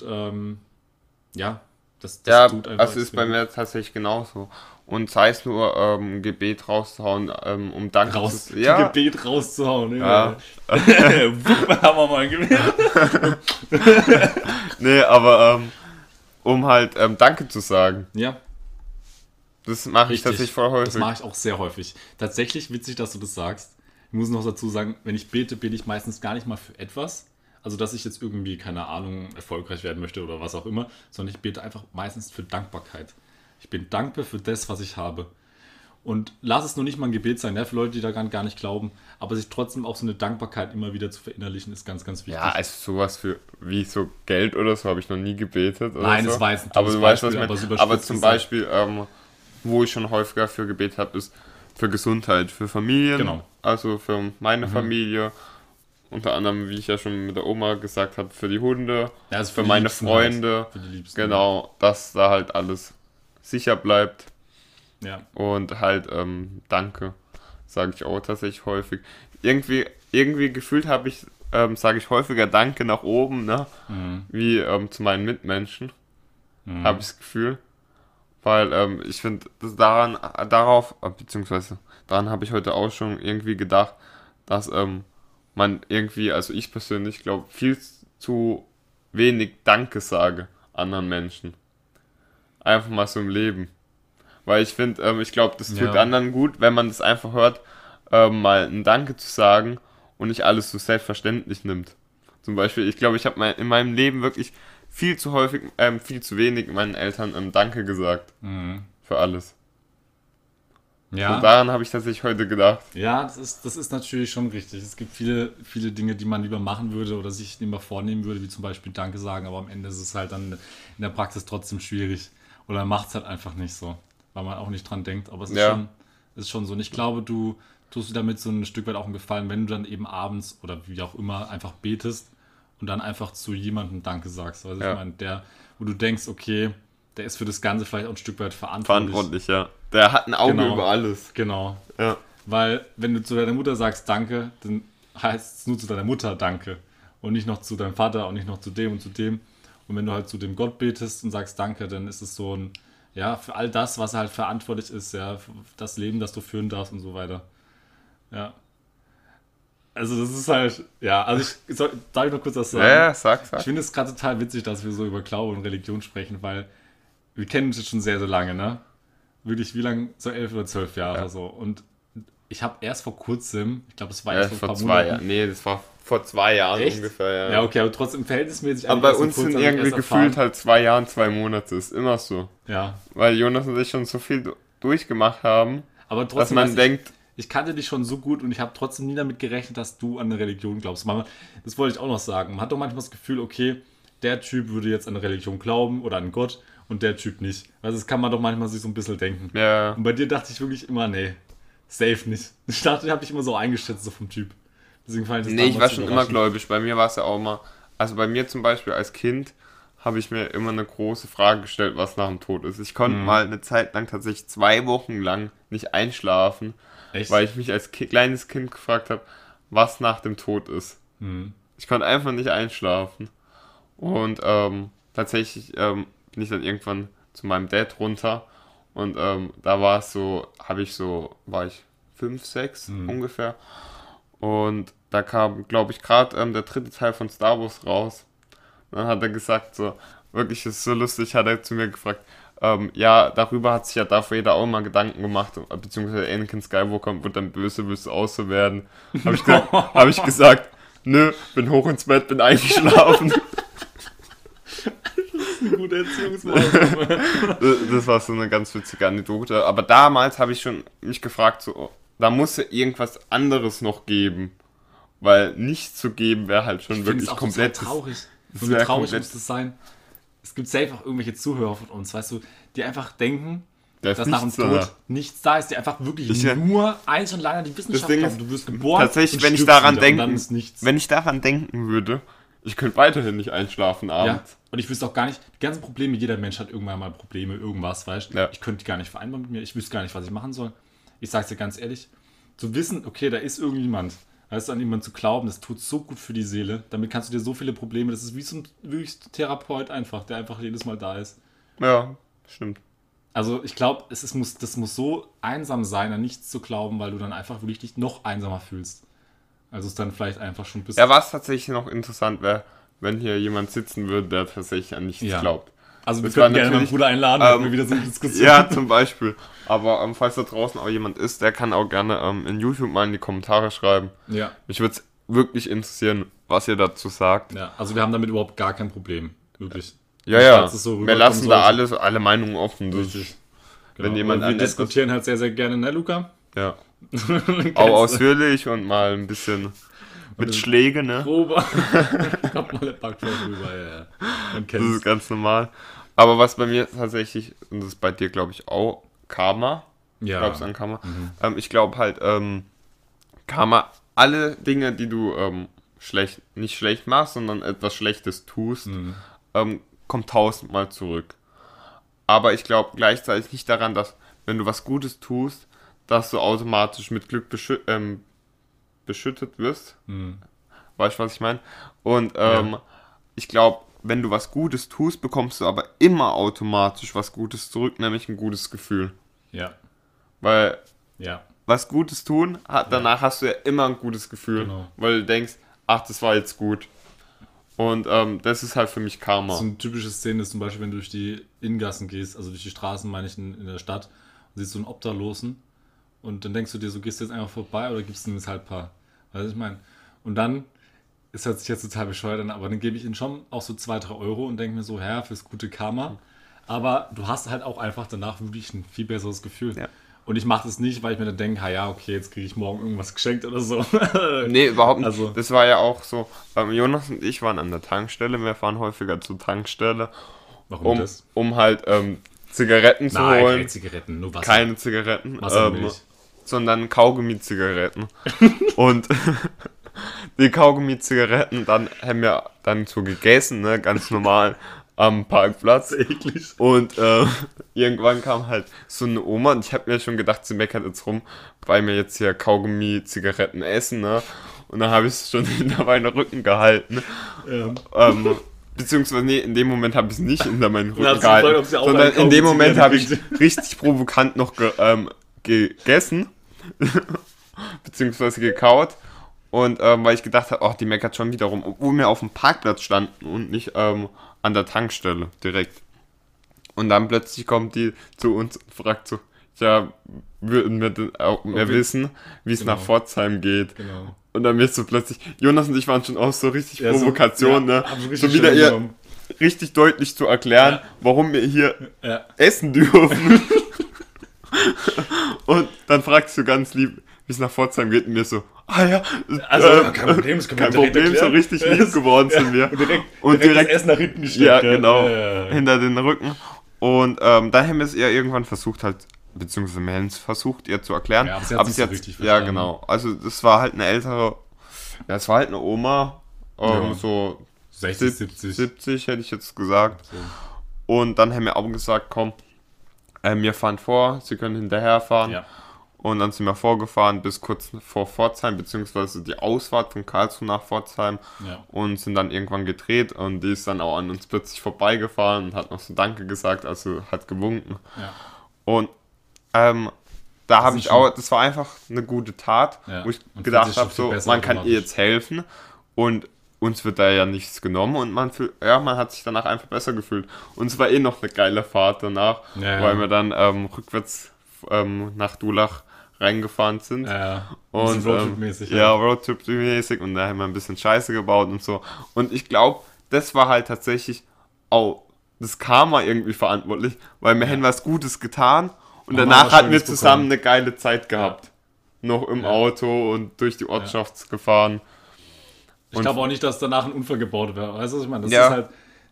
das tut einfach. Also ist bei mir tatsächlich genauso. Und sei es nur ein Gebet rauszuhauen, um Danke zu Gebet rauszuhauen. Ja. Haben wir mal ein Gebet. Nee, aber um halt Danke zu sagen. Ja. Das mache ich Richtig. tatsächlich voll häufig. Das mache ich auch sehr häufig. Tatsächlich witzig, dass du das sagst. Ich muss noch dazu sagen, wenn ich bete ich meistens gar nicht mal für etwas. Also, dass ich jetzt irgendwie, keine Ahnung, erfolgreich werden möchte oder was auch immer, sondern ich bete einfach meistens für Dankbarkeit. Ich bin dankbar für das, was ich habe. Und lass es nur nicht mal ein Gebet sein, für Leute, die daran gar nicht glauben, aber sich trotzdem auch so eine Dankbarkeit immer wieder zu verinnerlichen, ist ganz, ganz wichtig. Ja, also sowas wie so Geld oder so habe ich noch nie gebetet. Oder Nein, so. das war jetzt ein aber dummes du weißt, was Beispiel, ich aber meine. so Aber überspitzt zum gesagt. Beispiel, wo ich schon häufiger für gebetet habe, ist für Gesundheit, für Familien, Genau. also für meine Familie, unter anderem, wie ich ja schon mit der Oma gesagt habe, für die Hunde, Ja, also für die meine Liebsten Freunde, halt. Für die Liebsten. genau, dass da halt alles sicher bleibt Ja. und halt Danke, sage ich auch tatsächlich häufig. Irgendwie gefühlt habe ich, sage ich häufiger Danke nach oben, ne, wie zu meinen Mitmenschen, habe ich das Gefühl. Weil ich finde, daran habe ich heute auch schon irgendwie gedacht, dass man irgendwie, also ich persönlich glaube, viel zu wenig Danke sage anderen Menschen. Einfach mal so im Leben. Weil ich finde, ich glaube, das tut anderen gut, wenn man das einfach hört, mal ein Danke zu sagen und nicht alles so selbstverständlich nimmt. Zum Beispiel, ich glaube, ich habe in meinem Leben wirklich viel zu wenig meinen Eltern Danke gesagt. Für alles. Ja. Und daran habe ich tatsächlich heute gedacht. Ja, das ist natürlich schon richtig. Es gibt viele, viele Dinge, die man lieber machen würde oder sich lieber vornehmen würde, wie zum Beispiel Danke sagen, aber am Ende ist es halt dann in der Praxis trotzdem schwierig. Oder macht es halt einfach nicht so, weil man auch nicht dran denkt. Aber es ist schon so. Und ich glaube, du tust dir damit so ein Stück weit auch einen Gefallen, wenn du dann eben abends oder wie auch immer einfach betest und dann einfach zu jemandem Danke sagst. Also ich meine, wo du denkst, okay, der ist für das Ganze vielleicht auch ein Stück weit verantwortlich. Ja. Der hat ein Auge über alles. Genau. Ja. Weil, wenn du zu deiner Mutter sagst Danke, dann heißt es nur zu deiner Mutter Danke. Und nicht noch zu deinem Vater und nicht noch zu dem und zu dem. Und wenn du halt zu dem Gott betest und sagst Danke, dann ist es so ein, für all das, was halt verantwortlich ist, für das Leben, das du führen darfst und so weiter. Ja. Also das ist halt, darf ich noch kurz was sagen? Ja, sag. Ich finde es gerade total witzig, dass wir so über Glaube und Religion sprechen, weil wir kennen uns jetzt schon sehr, sehr lange, ne? Wirklich, wie lange? So 11 oder 12 Jahre so. Und ich habe erst vor kurzem, ich glaube, es war erst vor ein paar Monaten. Nee, das war vor 2 Jahren Echt? ungefähr, ja. Ja, okay, aber trotzdem verhältnismäßig. Aber bei eigentlich uns erst so kurz, sind hab ich irgendwie erst gefühlt erfahren. halt 2 Jahre, 2 Monate. Ist immer so. Ja, Weil Jonas und ich schon so viel durchgemacht haben, aber dass trotzdem, man weiß denkt, ich kannte dich schon so gut und ich habe trotzdem nie damit gerechnet, dass du an eine Religion glaubst. Das wollte ich auch noch sagen. Man hat doch manchmal das Gefühl, okay, der Typ würde jetzt an eine Religion glauben oder an Gott und der Typ nicht. Also das kann man doch manchmal sich so ein bisschen denken. ja, Und bei dir dachte ich wirklich immer, nee, safe nicht. Ich dachte, habe ich immer so eingeschätzt, so vom Typ. Deswegen fand ich das nee, ich damals war so schon immer überraschend. gläubig. Bei mir war es ja auch mal, also bei mir zum Beispiel als Kind habe ich mir immer eine große Frage gestellt, was nach dem Tod ist. Ich konnte mal eine Zeit lang tatsächlich 2 Wochen lang nicht einschlafen, Echt? weil ich mich als kleines Kind gefragt habe, was nach dem Tod ist. Ich konnte einfach nicht einschlafen. Und tatsächlich bin ich dann irgendwann zu meinem Dad runter und da war es so, war ich 5, 6 ungefähr. Und da kam, glaube ich, gerade der 3. Teil von Star Wars raus. Und dann hat er gesagt, so, wirklich, das ist so lustig, hat er zu mir gefragt, ja, darüber hat sich ja Darth Vader auch mal Gedanken gemacht, beziehungsweise Anakin Skywalker wird dann böse, willst du auch so werden. Hab ich gesagt, nö, bin hoch ins Bett, bin eingeschlafen. Eine gute Erziehungsmaßnahme. Das war so eine ganz witzige Anekdote. Aber damals habe ich schon mich gefragt, so, da muss ja irgendwas anderes noch geben. Weil nichts zu geben wäre halt schon wirklich auch komplett total traurig. das Und wie wär traurig komplett- muss das sein? Es gibt safe auch irgendwelche Zuhörer von uns, weißt du, die einfach denken, Da ist dass nach dem nichts Tod da. nichts da ist, die einfach wirklich Ich- nur eins und leider die Wissenschaft Ding glauben. ist, Du wirst geboren tatsächlich, und wenn ich stirbst daran wieder und dann denken, ist nichts. wenn ich daran denken würde, ich könnte weiterhin nicht einschlafen Ja, abends. und ich wüsste auch gar nicht, die ganzen Probleme, jeder Mensch hat irgendwann mal Probleme, irgendwas, weißt du? Ja. Ich könnte die gar nicht vereinbaren mit mir, ich wüsste gar nicht, was ich machen soll. Ich sag's dir ganz ehrlich, zu wissen, okay, da ist irgendjemand, weißt du, an jemanden zu glauben, das tut so gut für die Seele, damit kannst du dir so viele Probleme, das ist wie so ein wirklich Therapeut einfach, der einfach jedes Mal da ist. Ja, stimmt. Also ich glaube, das muss so einsam sein, an nichts zu glauben, weil du dann einfach wirklich dich noch einsamer fühlst. Also es dann vielleicht einfach schon ein bisschen... Ja, was tatsächlich noch interessant wäre, wenn hier jemand sitzen würde, der tatsächlich an nichts Ja. glaubt. Also wir das war könnten gerne meinen natürlich, Bruder einladen, dann hätten wir wieder so eine Diskussion. Ja, zum Beispiel. Aber falls da draußen auch jemand ist, der kann auch gerne in YouTube mal in die Kommentare schreiben. Ja. Mich würde es wirklich interessieren, was ihr dazu sagt. Ja, also wir haben damit überhaupt gar kein Problem. Wirklich. Ja, ja. Falls es so Wir rüberkommen lassen da sollte. alle Meinungen offen. Das, Richtig. wenn jemand wir an etwas- diskutieren halt sehr, sehr gerne, ne, Luca? ja. Kennst Auch du? ausführlich und mal ein bisschen mit Schläge, ne? Probe. Kommt mal der Backfleisch rüber, ja. Man Das kennt ist ganz normal. Aber was bei mir tatsächlich, und das ist bei dir, glaube ich, auch, Karma. Ja. Glaubst du an Karma? Ich glaube halt, Karma, alle Dinge, die du nicht schlecht machst, sondern etwas Schlechtes tust, kommt 1000-mal zurück. Aber ich glaube gleichzeitig nicht daran, dass, wenn du was Gutes tust, dass du automatisch mit Glück beschüttet wirst. Weißt du, was ich meine? Und ich glaube, wenn du was Gutes tust, bekommst du aber immer automatisch was Gutes zurück, nämlich ein gutes Gefühl. Ja. Weil Ja. was Gutes tun, danach hast du ja immer ein gutes Gefühl. Genau. Weil du denkst, ach, das war jetzt gut. Und das ist halt für mich Karma. So eine typische Szene ist zum Beispiel, wenn du durch die Innengassen gehst, also durch die Straßen, meine ich, in der Stadt, und siehst so einen Obdachlosen und dann denkst du dir so, gehst du jetzt einfach vorbei oder gibst du ihm jetzt halt ein paar? Weißt du, ich meine? Und dann, es hört sich jetzt total bescheuert an, aber dann gebe ich ihnen schon auch so 2, 3 Euro und denke mir so, ja, fürs gute Karma. Aber du hast halt auch einfach danach wirklich ein viel besseres Gefühl. Ja. Und ich mache das nicht, weil ich mir dann denke, ja, okay, jetzt kriege ich morgen irgendwas geschenkt oder so. Nee, überhaupt nicht. Also- Das war ja auch so, Jonas und ich waren an der Tankstelle, wir fahren häufiger zur Tankstelle, Warum das? um halt Zigaretten zu Nein, holen. keine Zigaretten, nur Wasser. Keine Zigaretten, Wassermilch. sondern Kaugummi-Zigaretten. Und die Kaugummi-Zigaretten dann haben wir dann so gegessen, ne, ganz normal am Parkplatz. Eklig. Und irgendwann kam halt so eine Oma und ich habe mir schon gedacht, sie meckert jetzt rum, weil wir jetzt hier Kaugummi-Zigaretten essen, ne? Und dann habe ich es schon hinter meinen Rücken gehalten. Beziehungsweise, nee, in dem Moment habe ich es nicht hinter meinen Rücken hast du gehalten, gefragt, ob sie auch sondern eine in dem Moment habe ich Kaugummi-Zigarette richtig provokant noch gegessen, beziehungsweise gekaut. Und weil ich gedacht habe, ach, die meckert schon wieder rum, obwohl wir auf dem Parkplatz standen und nicht an der Tankstelle direkt. Und dann plötzlich kommt die zu uns und fragt so, ja, würden wir denn auch mehr wissen, wie es Genau. nach Pforzheim geht. Genau. Und dann mir so plötzlich, Jonas und ich waren schon auch so richtig Ja, Provokation, so, ja, ne? haben so So richtig wieder schön ihr genommen. richtig deutlich zu erklären, Ja. warum wir hier Ja. essen dürfen. Und dann fragst du ganz lieb, wie es nach Pforzheim geht, und mir so, ja, Also, kein Problem, das können wir kein direkt Problem, so erklären. richtig lieb geworden sind wir. Und direkt das Essen nach hinten gesteckt. Ja, genau, Ja. hinter den Rücken. Und dann haben wir es ihr irgendwann versucht halt, beziehungsweise wir haben es versucht, ihr zu erklären. Ja, aber sie hat es nicht so richtig ja, verstanden. genau. Also das war halt eine ältere, ja, es war halt eine Oma, Ja. so 60, 70. 70 hätte ich jetzt gesagt. So. Und dann haben wir auch gesagt, komm, wir fahren vor, sie können hinterherfahren. Ja. Und dann sind wir vorgefahren bis kurz vor Pforzheim, beziehungsweise die Ausfahrt von Karlsruhe nach Pforzheim. Ja. Und sind dann irgendwann gedreht und die ist dann auch an uns plötzlich vorbeigefahren und hat noch so Danke gesagt, also hat gewunken. Ja. Und da habe ist ich schon- auch, das war einfach eine gute Tat, Ja. wo ich Und fühlt gedacht sich habe, schon viel so, besser man kann ihr automatisch. jetzt helfen und uns wird da ja nichts genommen und man hat sich danach einfach besser gefühlt. Und es war eh noch eine geile Fahrt danach, Ja, ja. weil wir dann rückwärts nach Dulach reingefahren sind. Und Roadtrip-mäßig. ja, Roadtrip-mäßig und da haben wir ein bisschen Scheiße gebaut und so. Und ich glaube, das war halt tatsächlich auch das Karma irgendwie verantwortlich, weil wir haben was Gutes getan und Haben danach was hatten wir Schönes zusammen bekommen. eine geile Zeit gehabt. Noch im Ja. Auto und durch die Ortschaft gefahren. Ich glaube auch nicht, dass danach ein Unfall gebaut wäre. Weißt du, was ich meine? Das Ja. ist halt,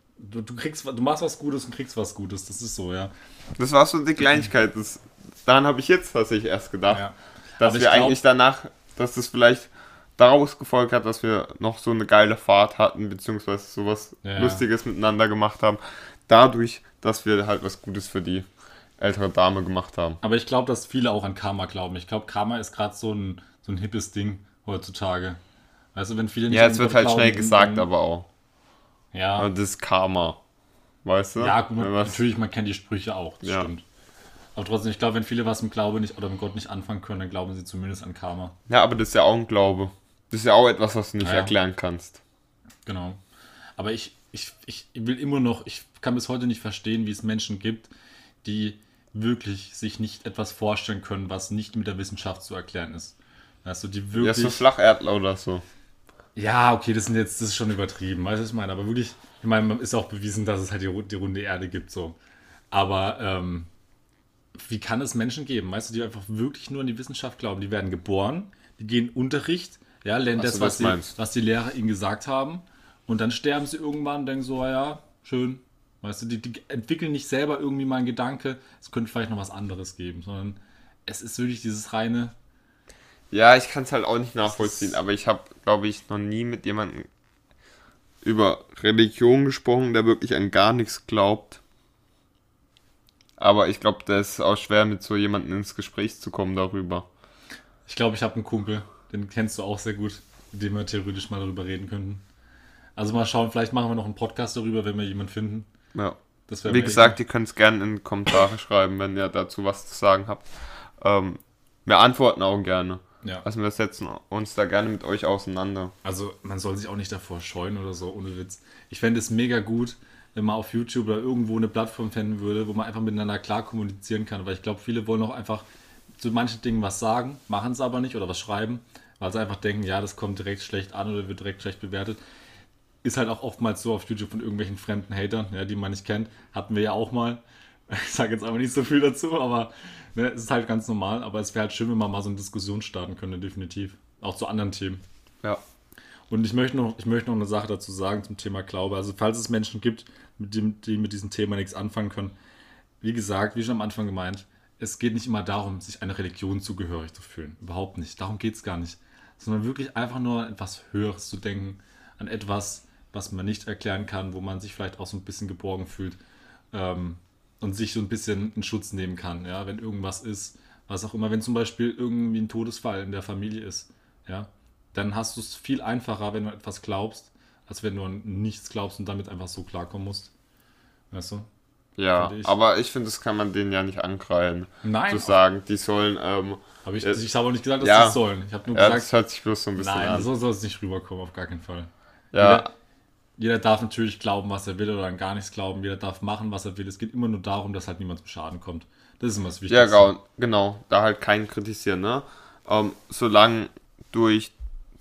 du machst was Gutes und kriegst was Gutes. Das ist so, ja. Das war so die Kleinigkeit. Daran habe ich jetzt tatsächlich erst gedacht, Ja. dass Aber ich wir glaub- eigentlich danach, dass das vielleicht daraus gefolgt hat, dass wir noch so eine geile Fahrt hatten, beziehungsweise sowas Ja. Lustiges miteinander gemacht haben. Dadurch, dass wir halt was Gutes für die ältere Dame gemacht haben. Aber ich glaube, dass viele auch an Karma glauben. Ich glaube, Karma ist gerade so ein hippes Ding heutzutage. Weißt du, wenn viele nicht Ja, an es wird Gott halt glauben, schnell gesagt, dann- aber auch. Ja, Aber das ist Karma. Weißt du? ja gut, Wenn was- natürlich, man kennt die Sprüche auch, das Ja. stimmt. Aber trotzdem, ich glaube, wenn viele was mit Glaube nicht oder mit Gott nicht anfangen können, dann glauben sie zumindest an Karma. Ja, aber das ist ja auch ein Glaube. Das ist ja auch etwas, was du nicht Ja. erklären kannst. Genau. Aber ich will immer noch, ich kann bis heute nicht verstehen, wie es Menschen gibt, die wirklich sich nicht etwas vorstellen können, was nicht mit der Wissenschaft zu erklären ist. Weißt du, die Ja, wirklich. so Flacherdler oder so. Ja, okay, das ist schon übertrieben, weißt du, was ich meine? Aber wirklich, ich meine, ist auch bewiesen, dass es halt die runde Erde gibt, so. Aber wie kann es Menschen geben, weißt du, die einfach wirklich nur an die Wissenschaft glauben? Die werden geboren, die gehen in Unterricht, ja, lernen Ach so, das, das meinst. was die Lehrer ihnen gesagt haben, und dann sterben sie irgendwann und denken so, ja, schön. Weißt du, die entwickeln nicht selber irgendwie mal einen Gedanke, es könnte vielleicht noch was anderes geben, sondern es ist wirklich dieses reine. Ja, ich kann es halt auch nicht nachvollziehen, aber ich habe, glaube ich, noch nie mit jemandem über Religion gesprochen, der wirklich an gar nichts glaubt. Aber ich glaube, das ist auch schwer, mit so jemandem ins Gespräch zu kommen darüber. Ich glaube, ich habe einen Kumpel, den kennst du auch sehr gut, mit dem wir theoretisch mal darüber reden könnten. Also mal schauen, vielleicht machen wir noch einen Podcast darüber, wenn wir jemanden finden. Ja. Das wäre Wie mir gesagt, ihr könnt es gerne in die Kommentare schreiben, wenn ihr dazu was zu sagen habt. Wir antworten auch gerne. Ja. Also wir setzen uns da gerne mit euch auseinander. Also man soll sich auch nicht davor scheuen oder so, ohne Witz. Ich fände es mega gut, wenn man auf YouTube oder irgendwo eine Plattform finden würde, wo man einfach miteinander klar kommunizieren kann. Weil ich glaube, viele wollen auch einfach zu manchen Dingen was sagen, machen es aber nicht oder was schreiben, weil sie einfach denken, ja, das kommt direkt schlecht an oder wird direkt schlecht bewertet. Ist halt auch oftmals so auf YouTube von irgendwelchen fremden Hatern, ja, die man nicht kennt. Hatten wir ja auch mal. Ich sage jetzt aber nicht so viel dazu, aber ne, es ist halt ganz normal. Aber es wäre halt schön, wenn man mal so eine Diskussion starten könnte, definitiv. Auch zu anderen Themen. Ja. Und ich möchte noch eine Sache dazu sagen zum Thema Glaube. Also falls es Menschen gibt, die mit diesem Thema nichts anfangen können. Wie gesagt, wie schon am Anfang gemeint, es geht nicht immer darum, sich einer Religion zugehörig zu fühlen. Überhaupt nicht. Darum geht es gar nicht. Sondern wirklich einfach nur an etwas Höheres zu denken. An etwas, was man nicht erklären kann, wo man sich vielleicht auch so ein bisschen geborgen fühlt. Und sich so ein bisschen in Schutz nehmen kann, ja, wenn irgendwas ist, was auch immer, wenn zum Beispiel irgendwie ein Todesfall in der Familie ist, ja, dann hast du es viel einfacher, wenn du etwas glaubst, als wenn du an nichts glaubst und damit einfach so klarkommen musst. Weißt du? Ja, Finde ich. aber ich finde, das kann man denen ja nicht ankreiden. Nein. Zu sagen, die sollen, Aber ich habe auch nicht gesagt, dass ja. sie es sollen. Ich habe nur ja, gesagt, das hört sich bloß so ein bisschen nein, an. so soll es nicht rüberkommen, auf gar keinen Fall. Ja, Jeder darf natürlich glauben, was er will oder an gar nichts glauben. Jeder darf machen, was er will. Es geht immer nur darum, dass halt niemand zu Schaden kommt. Das ist immer das Wichtigste. ja, genau, da halt keinen kritisieren, ne? Solange durch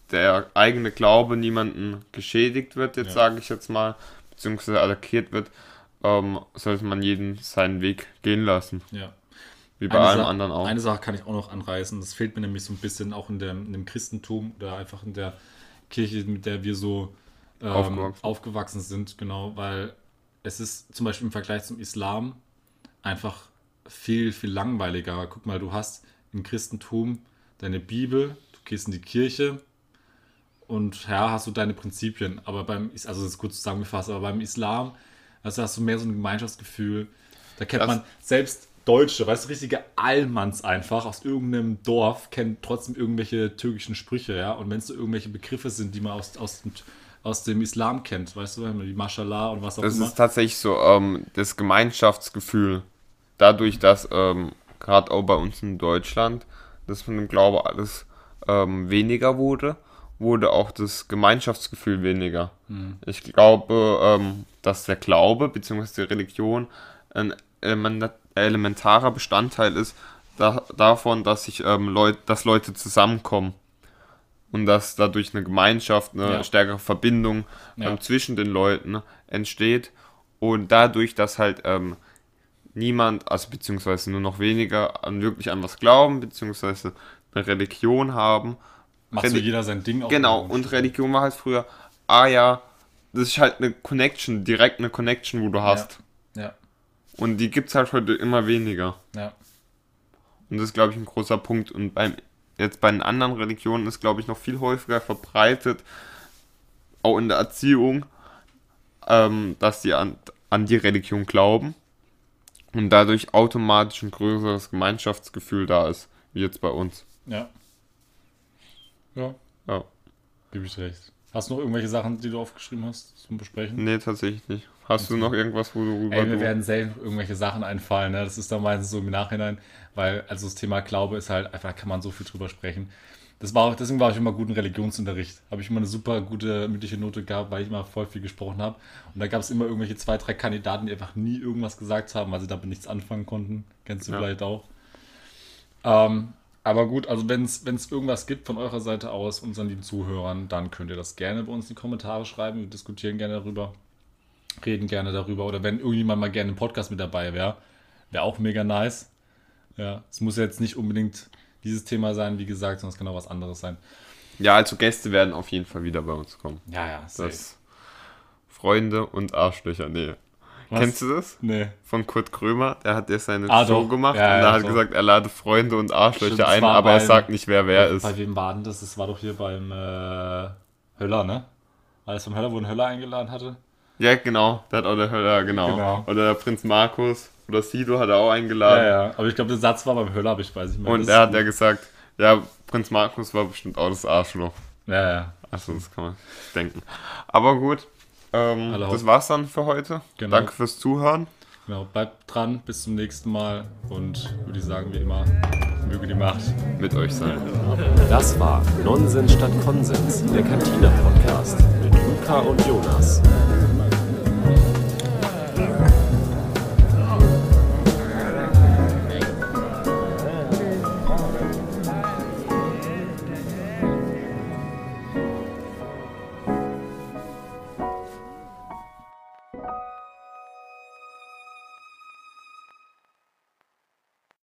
der eigene Glaube niemanden geschädigt wird, jetzt Ja. sage ich jetzt mal, beziehungsweise attackiert wird, sollte man jeden seinen Weg gehen lassen. Ja. Wie bei allem anderen auch. Eine Sache kann ich auch noch anreißen. Das fehlt mir nämlich so ein bisschen auch in dem Christentum oder einfach in der Kirche, mit der wir so aufgewachsen sind. Genau, weil es ist zum Beispiel im Vergleich zum Islam einfach viel, viel langweiliger. Guck mal, du hast im Christentum deine Bibel, du gehst in die Kirche und ja, hast du deine Prinzipien. Aber also das ist kurz zusammengefasst, aber beim Islam, also hast du mehr so ein Gemeinschaftsgefühl. Da kennt man selbst Deutsche, weißt du, richtige Allmanns einfach aus irgendeinem Dorf kennen trotzdem irgendwelche türkischen Sprüche, ja. Und wenn es so irgendwelche Begriffe sind, die man aus dem Islam kennt, weißt du, wie Mashallah und was auch Das immer. ist tatsächlich so das Gemeinschaftsgefühl. Dadurch, dass gerade auch bei uns in Deutschland, dass mit dem Glaube alles weniger wurde auch das Gemeinschaftsgefühl weniger. Ich glaube, dass der Glaube bzw. die Religion ein elementarer Bestandteil ist davon, dass dass Leute zusammenkommen und dass dadurch eine Gemeinschaft, eine stärkere Verbindung zwischen den Leuten entsteht und dadurch, dass halt niemand, also beziehungsweise nur noch weniger wirklich an was glauben, beziehungsweise eine Religion haben. Macht so jeder sein Ding. Genau, und Religion war halt früher, das ist halt eine Connection, direkt eine Connection, wo du hast. Ja. Und die gibt es halt heute immer weniger. Ja. Und das ist, glaube ich, ein großer Punkt. Und jetzt bei den anderen Religionen ist, glaube ich, noch viel häufiger verbreitet, auch in der Erziehung, dass die an die Religion glauben und dadurch automatisch ein größeres Gemeinschaftsgefühl da ist, wie jetzt bei uns. Ja. Ja. Ja. Gebe ich recht. Hast du noch irgendwelche Sachen, die du aufgeschrieben hast zum Besprechen? Nee, tatsächlich nicht. Hast du noch irgendwas, wo du Ey, mir werden selten irgendwelche Sachen einfallen, ne? Das ist dann meistens so im Nachhinein, weil also das Thema Glaube ist halt, einfach kann man so viel drüber sprechen. Deswegen war ich immer gut im Religionsunterricht. Habe ich immer eine super gute mündliche Note gehabt, weil ich immer voll viel gesprochen habe. Und da gab es immer irgendwelche 2, 3 Kandidaten, die einfach nie irgendwas gesagt haben, weil sie damit nichts anfangen konnten. Kennst du vielleicht auch. Aber gut, also wenn es irgendwas gibt von eurer Seite aus, unseren lieben Zuhörern, dann könnt ihr das gerne bei uns in die Kommentare schreiben. Wir diskutieren gerne darüber, reden gerne darüber. Oder wenn irgendjemand mal gerne im Podcast mit dabei wäre auch mega nice. Ja, es muss jetzt nicht unbedingt dieses Thema sein, wie gesagt, sondern es kann auch was anderes sein. Ja, also Gäste werden auf jeden Fall wieder bei uns kommen. Ja, safe. Das Freunde und Arschlöcher, nee. Was? Kennst du das? Nee. Von Kurt Krömer, der hat jetzt seine Ah, Show doch. gemacht Ja, und ja, da hat doch. gesagt, er lade Freunde und Arschlöcher Stimmt, das ein, war aber er beim- sagt nicht, wer ist. Bei wem war denn das? Das war doch hier beim Höller, ne? War das vom Höller, wo ein Höller eingeladen hatte? Ja, genau, da hat auch der Höller, genau. Oder der Prinz Markus oder Sido hat er auch eingeladen. Ja. Aber ich glaube, der Satz war beim Höller, aber ich weiß nicht mehr. Und Das er ist hat ja gesagt, ja, Prinz Markus war bestimmt auch das Arschloch. Ja. Achso, das kann man denken. Aber gut, das war's dann für heute. Genau. Danke fürs Zuhören. Genau, bleibt dran, bis zum nächsten Mal und würde ich sagen, wie immer, möge die Macht. Mit euch sein. Das war Nonsens statt Konsens, der Cantina-Podcast mit Luca und Jonas.